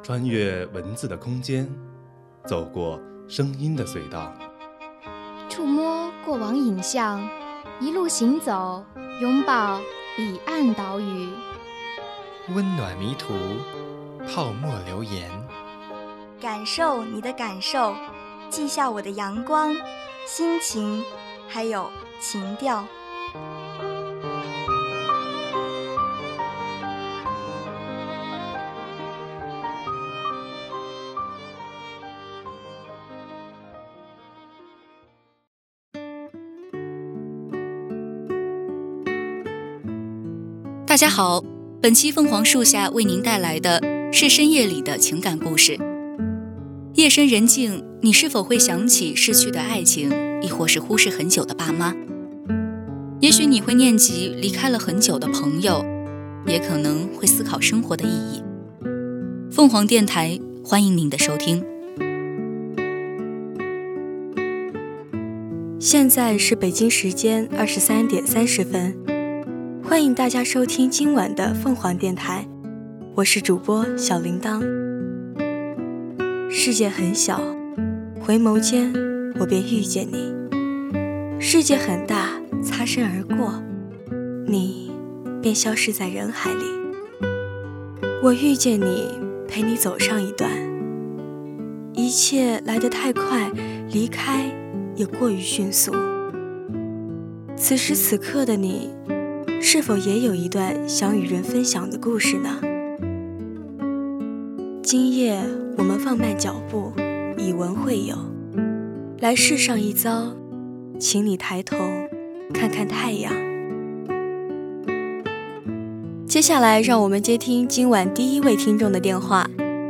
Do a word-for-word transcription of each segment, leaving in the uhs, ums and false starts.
穿越文字的空间，走过声音的隧道， 触摸过往影像，一路行走，拥抱彼岸岛屿。 温暖迷途，泡沫留言， 感受你的感受，记下我的阳光、心情，还有情调。 大家好，本期凤凰树下为您带来的是深夜里的情感故事。夜深人静，你是否会想起逝去的爱情，亦或是忽视很久的爸妈？也许你会念及离开了很久的朋友，也可能会思考生活的意义。凤凰电台欢迎您的收听。 现在是北京时间二十三点三十分。欢迎大家收听今晚的凤凰电台，我是主播小铃铛。世界很小，回眸间我便遇见你；世界很大，擦身而过，你便消失在人海里。我遇见你，陪你走上一段，一切来得太快，离开也过于迅速。此时此刻的你，是否也有一段想与人分享的故事呢？今夜我们放慢脚步，以文会友，来世上一遭，请你抬头看看太阳。接下来让我们接听今晚第一位听众的电话。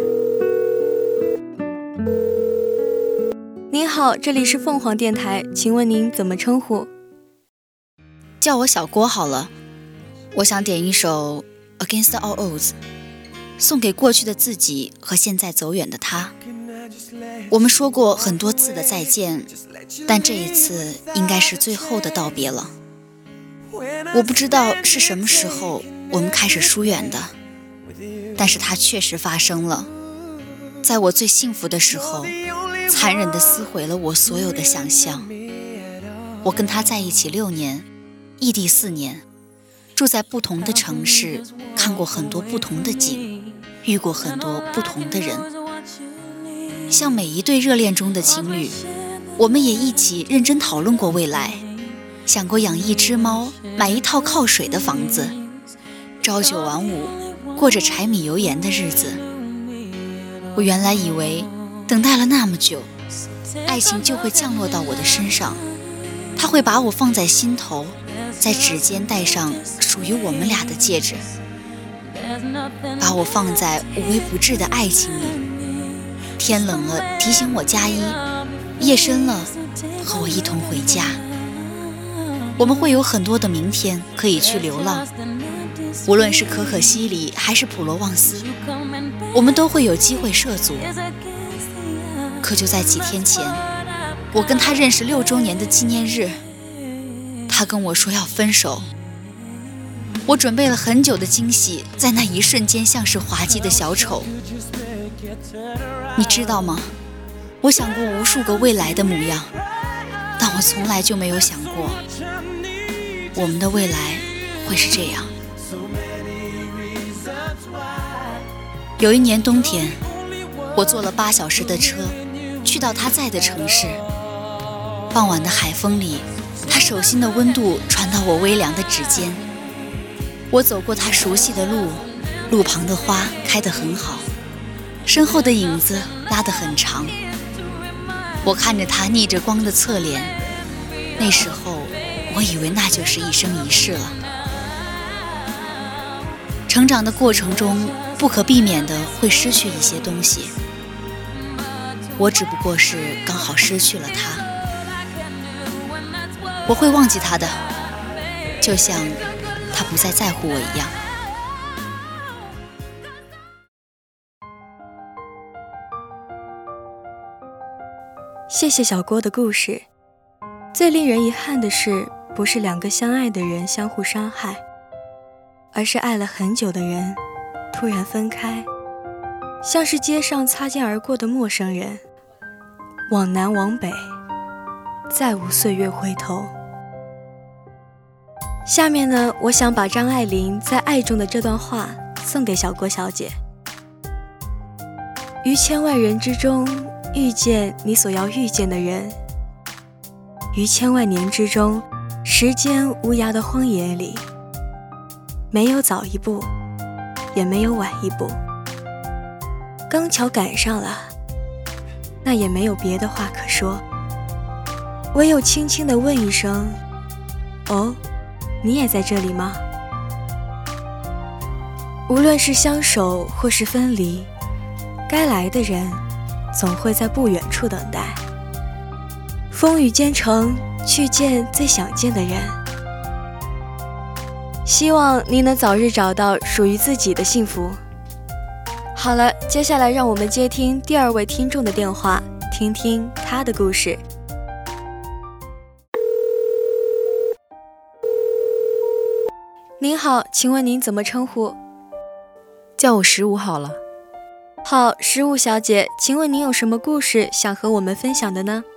您好，这里是凤凰电台，请问您怎么称呼？ 叫我小郭好了。我想点一首 Against All Odds， 送给过去的自己和现在走远的他。我们说过很多次的再见，但这一次应该是最后的道别了。我不知道是什么时候我们开始疏远的，但是它确实发生了。在我最幸福的时候，残忍地撕毁了我所有的想象。我跟他在一起六年，异地四年，住在不同的城市，看过很多不同的景，遇过很多不同的人。像每一对热恋中的情侣，我们也一起认真讨论过未来，想过养一只猫，买一套靠水的房子，朝九晚五，过着柴米油盐的日子。我原来以为等待了那么久，爱情就会降落到我的身上，它会把我放在心头，在指尖戴上属于我们俩的戒指，把我放在无微不至的爱情里。天冷了提醒我加衣，夜深了和我一同回家。我们会有很多的明天可以去流浪，无论是可可西里还是普罗旺斯，我们都会有机会涉足。可就在几天前，我跟他认识六周年的纪念日，他跟我说要分手。我准备了很久的惊喜，在那一瞬间像是滑稽的小丑。你知道吗？我想过无数个未来的模样，但我从来就没有想过我们的未来会是这样。有一年冬天，我坐了八小时的车去到他在的城市。傍晚的海风里，他手心的温度传到我微凉的指尖。我走过他熟悉的路，路旁的花开得很好，身后的影子拉得很长。我看着他逆着光的侧脸，那时候我以为那就是一生一世了。成长的过程中，不可避免的会失去一些东西，我只不过是刚好失去了他。我会忘记他的，就像他不再在乎我一样。 谢谢小郭的故事。最令人遗憾的是，不是两个相爱的人相互伤害，而是爱了很久的人突然分开， 像是街上擦肩而过的陌生人，往南往北，再无岁月回头。下面呢，我想把张爱玲在《爱》中的这段话送给小郭小姐。于千万人之中遇见你所要遇见的人，于千万年之中时间无涯的荒野里，没有早一步，也没有晚一步，刚巧赶上了，那也没有别的话可说，唯有轻轻地问一声：哦，你也在这里吗？无论是相守或是分离，该来的人总会在不远处等待。风雨兼程，去见最想见的人。希望你能早日找到属于自己的幸福。好了，接下来让我们接听第二位听众的电话，听听他的故事。您好，请问您怎么称呼？ 叫我十五好了。 好，十五小姐，请问您有什么故事想和我们分享的呢？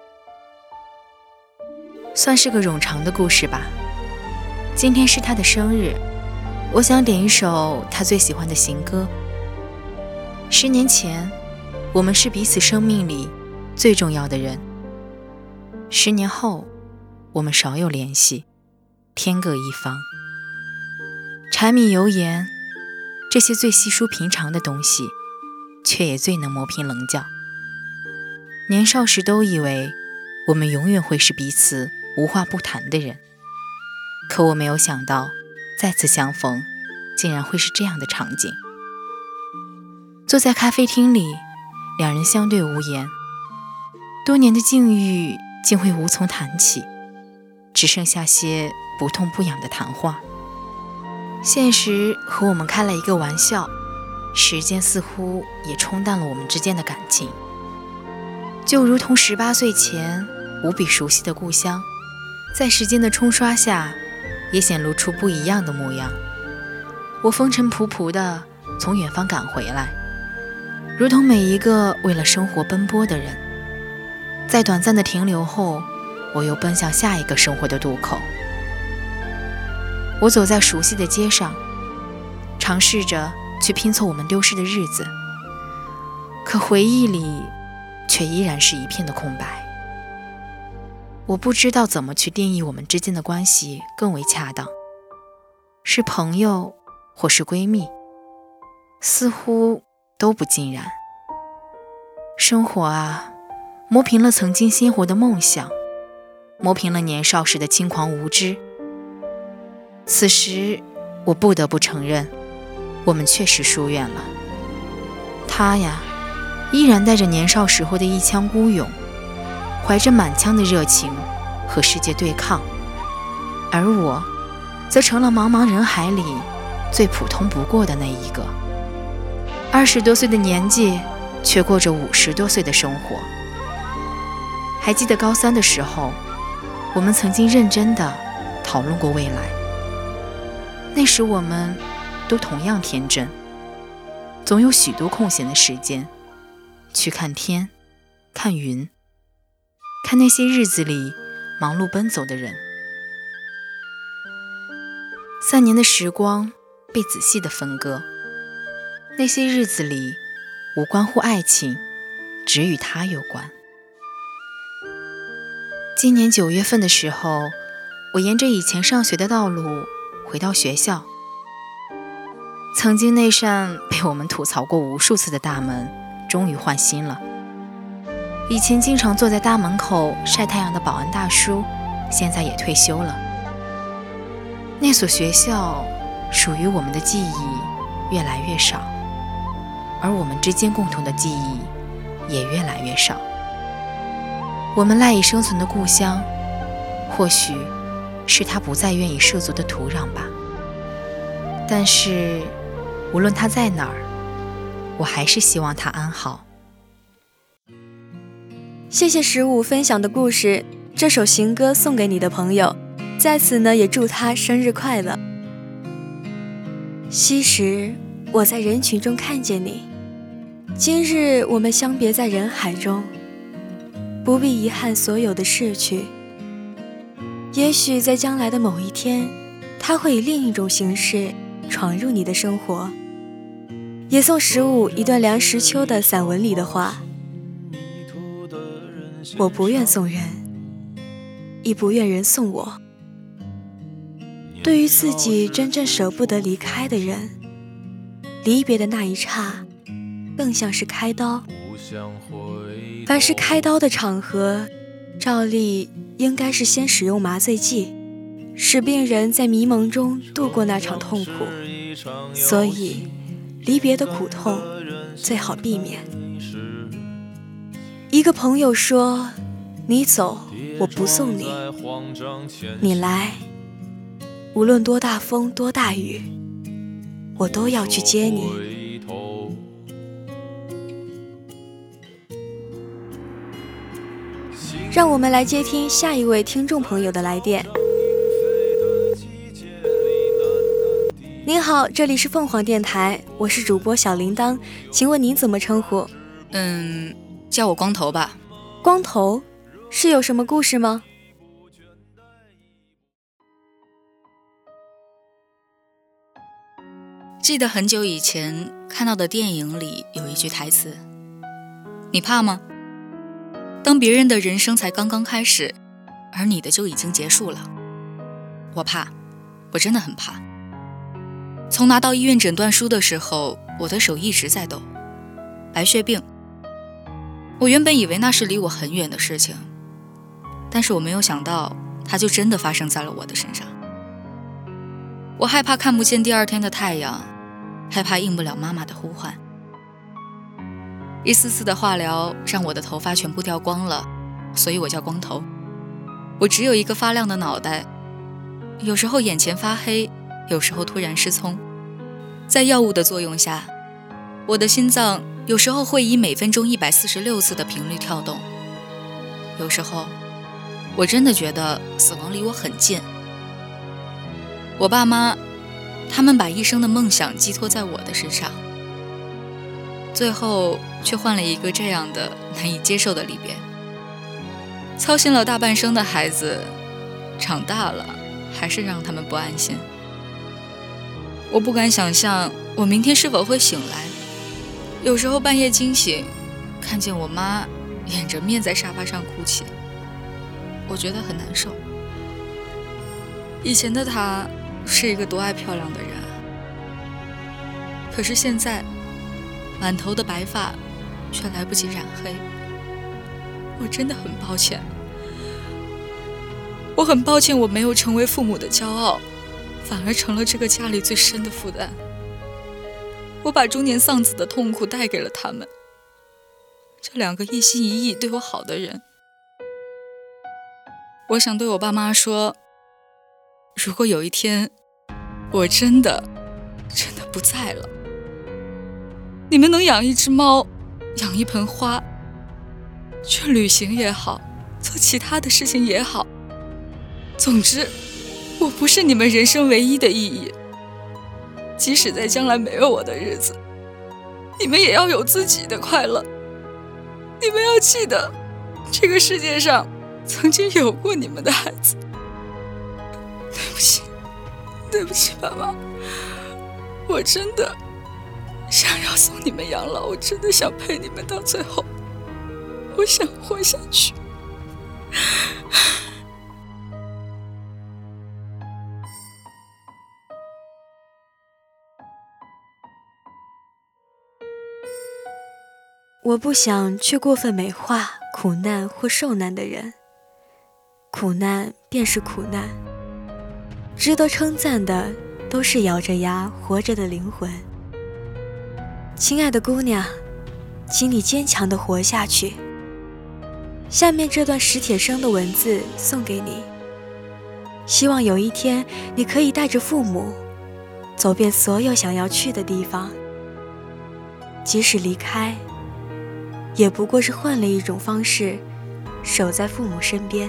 算是个冗长的故事吧。今天是他的生日，我想点一首他最喜欢的情歌。十年前，我们是彼此生命里最重要的人。十年后，我们少有联系，天各一方。柴米油盐，这些最稀疏平常的东西，却也最能磨平棱角。年少时都以为我们永远会是彼此无话不谈的人，可我没有想到再次相逢竟然会是这样的场景。坐在咖啡厅里，两人相对无言，多年的境遇竟会无从谈起，只剩下些不痛不痒的谈话。现实和我们开了一个玩笑，时间似乎也冲淡了我们之间的感情，就如同十八岁前无比熟悉的故乡，在时间的冲刷下也显露出不一样的模样。我风尘仆仆地从远方赶回来，如同每一个为了生活奔波的人。在短暂的停留后，我又奔向下一个生活的渡口。我走在熟悉的街上，尝试着去拼凑我们丢失的日子，可回忆里却依然是一片的空白。我不知道怎么去定义我们之间的关系更为恰当，是朋友或是闺蜜，似乎都不尽然。生活啊，磨平了曾经鲜活的梦想，磨平了年少时的轻狂无知。此时我不得不承认，我们确实疏远了。他呀，依然带着年少时候的一腔孤勇，怀着满腔的热情和世界对抗，而我则成了茫茫人海里最普通不过的那一个。二十多岁的年纪，却过着五十多岁的生活。还记得高三的时候，我们曾经认真地讨论过未来。那时我们都同样天真，总有许多空闲的时间去看天，看云，看那些日子里忙碌奔走的人。三年的时光被仔细地分割，那些日子里无关乎爱情，只与他有关。今年九月份的时候，我沿着以前上学的道路回到学校，曾经那扇被我们吐槽过无数次的大门终于换新了。以前经常坐在大门口晒太阳的保安大叔现在也退休了。那所学校属于我们的记忆越来越少，而我们之间共同的记忆也越来越少。我们赖以生存的故乡，或许是他不再愿意涉足的土壤吧。但是无论他在哪儿，我还是希望他安好。 谢谢十五分享的故事，这首情歌送给你的朋友，在此呢也祝他生日快乐。昔时我在人群中看见你， 今日我们相别在人海中，不必遗憾所有的逝去。也许在将来的某一天，他会以另一种形式闯入你的生活。也送十五一段梁实秋的散文里的话：我不愿送人，亦不愿人送我。对于自己真正舍不得离开的人，离别的那一刹更像是开刀。凡是开刀的场合，照例应该是先使用麻醉剂，使病人在迷蒙中度过那场痛苦。所以离别的苦痛最好避免。一个朋友说，你走我不送你，你来无论多大风多大雨，我都要去接你。让我们来接听下一位听众朋友的来电。您好，这里是凤凰电台，我是主播小铃铛，请问您怎么称呼？ 嗯，叫我光头吧。 光头？是有什么故事吗？ 记得很久以前看到的电影里有一句台词：你怕吗？当别人的人生才刚刚开始，而你的就已经结束了。我怕，我真的很怕。从拿到医院诊断书的时候，我的手一直在抖。白血病，我原本以为那是离我很远的事情，但是我没有想到它就真的发生在了我的身上。我害怕看不见第二天的太阳，害怕应不了妈妈的呼唤。一次次的化疗让我的头发全部掉光了，所以我叫光头。我只有一个发亮的脑袋，有时候眼前发黑，有时候突然失聪。在药物的作用下，我的心脏有时候会以每分钟一百四十六次的频率跳动。有时候我真的觉得死亡离我很近。我爸妈他们把一生的梦想寄托在我的身上，最后却换了一个这样的难以接受的离别。操心了大半生的孩子，长大了还是让他们不安心。我不敢想象我明天是否会醒来，有时候半夜惊醒，看见我妈掩着面在沙发上哭泣，我觉得很难受。以前的她是一个多爱漂亮的人，可是现在满头的白发却来不及染黑。我真的很抱歉，我很抱歉我没有成为父母的骄傲，反而成了这个家里最深的负担。我把中年丧子的痛苦带给了他们，这两个一心一意对我好的人。我想对我爸妈说，如果有一天我真的真的不在了，你们能养一只猫，养一盆花，去旅行也好，做其他的事情也好，总之我不是你们人生唯一的意义。即使在将来没有我的日子，你们也要有自己的快乐。你们要记得，这个世界上曾经有过你们的孩子。对不起，对不起爸妈，我真的想要送你们养老，我真的想陪你们到最后，我想活下去。 我不想去过分美化苦难或受难的人，苦难便是苦难，值得称赞的都是咬着牙活着的灵魂。亲爱的姑娘，请你坚强地活下去。下面这段史铁生的文字送给你，希望有一天你可以带着父母走遍所有想要去的地方，即使离开，也不过是换了一种方式守在父母身边。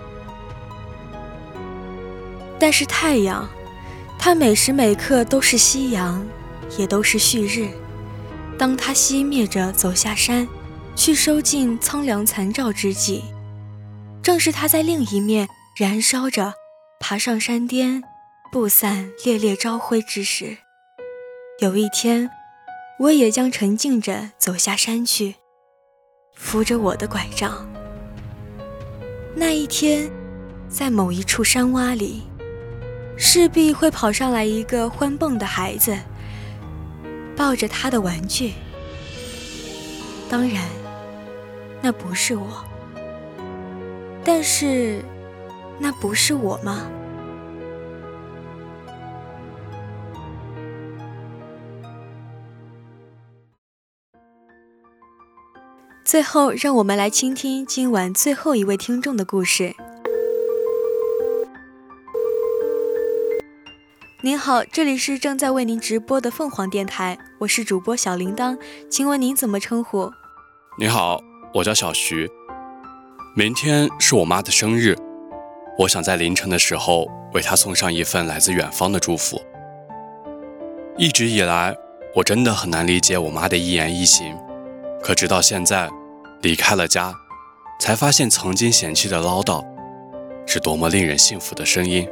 但是太阳，它每时每刻都是夕阳，也都是旭日。 当他熄灭着走下山，去收尽苍凉残照之际，正是他在另一面燃烧着，爬上山巅，不散烈烈朝晖之时。有一天，我也将沉静着走下山去，扶着我的拐杖。那一天，在某一处山洼里，势必会跑上来一个欢蹦的孩子，抱着他的玩具。当然，那不是我。但是，那不是我吗？最后，让我们来倾听今晚最后一位听众的故事。您好，这里是正在为您直播的凤凰电台，我是主播小铃铛，请问您怎么称呼？ 你好，我叫小徐。明天是我妈的生日，我想在凌晨的时候为她送上一份来自远方的祝福。一直以来，我真的很难理解我妈的一言一行，可直到现在，离开了家，才发现曾经嫌弃的唠叨，是多么令人幸福的声音。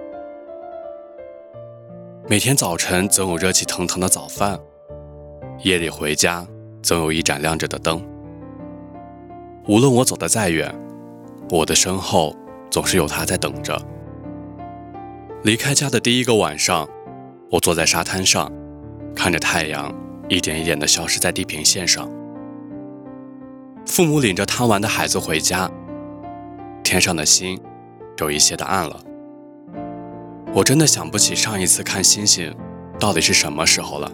每天早晨总有热气腾腾的早饭，夜里回家总有一盏亮着的灯。无论我走得再远，我的身后总是有她在等着。离开家的第一个晚上，我坐在沙滩上，看着太阳一点一点地消失在地平线上。父母领着贪玩的孩子回家，天上的星有一些的暗了。我真的想不起上一次看星星到底是什么时候了。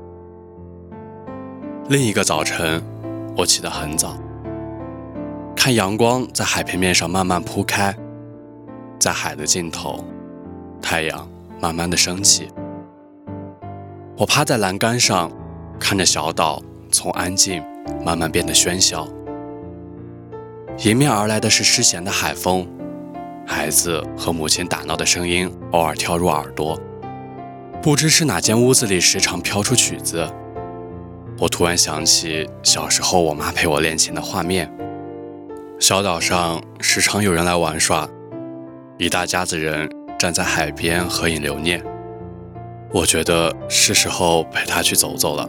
另一个早晨，我起得很早，看阳光在海平面上慢慢铺开，在海的尽头，太阳慢慢的升起。我趴在栏杆上，看着小岛从安静慢慢变得喧嚣。迎面而来的是湿咸的海风，孩子和母亲打闹的声音偶尔跳入耳朵。不知是哪间屋子里时常飘出曲子，我突然想起小时候我妈陪我练琴的画面。小岛上时常有人来玩耍，一大家子人站在海边合影留念。我觉得是时候陪她去走走了。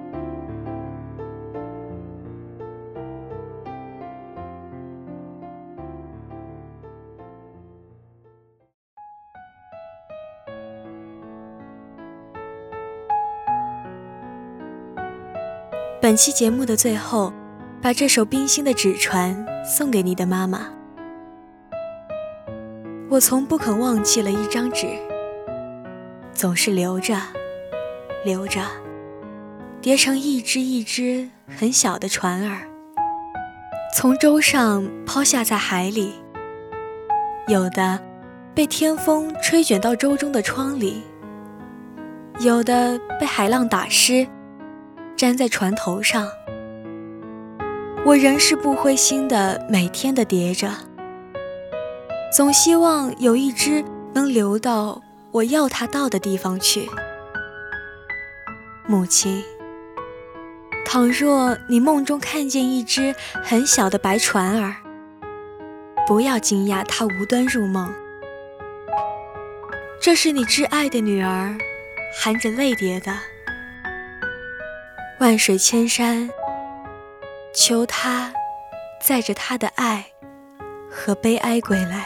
本期节目的最后，把这首冰心的《纸船》送给你的妈妈。我从不肯忘记了一张纸，总是留着，留着，叠成一只一只很小的船儿，从舟上抛下在海里，有的被天风吹卷到舟中的窗里，有的被海浪打湿，粘在船头上。我仍是不灰心的每天的叠着，总希望有一只能流到我要它到的地方去。母亲，倘若你梦中看见一只很小的白船儿，不要惊讶它无端入梦，这是你挚爱的女儿含着泪叠的。万水千山，求他载着他的爱和悲哀归来。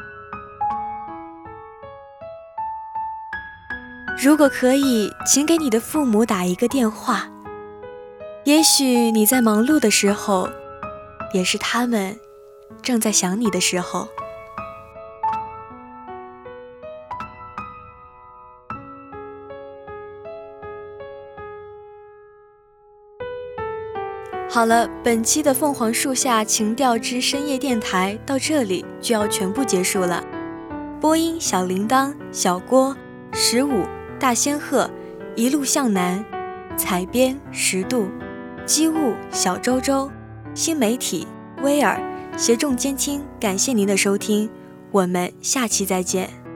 如果可以，请给你的父母打一个电话，也许你在忙碌的时候，也是他们正在想你的时候。好了，本期的凤凰树下情调之深夜电台到这里就要全部结束了。播音小铃铛、小郭、十五、大仙鹤、一路向南、采编十度、机务小周周、新媒体威尔协众监听，感谢您的收听，我们下期再见。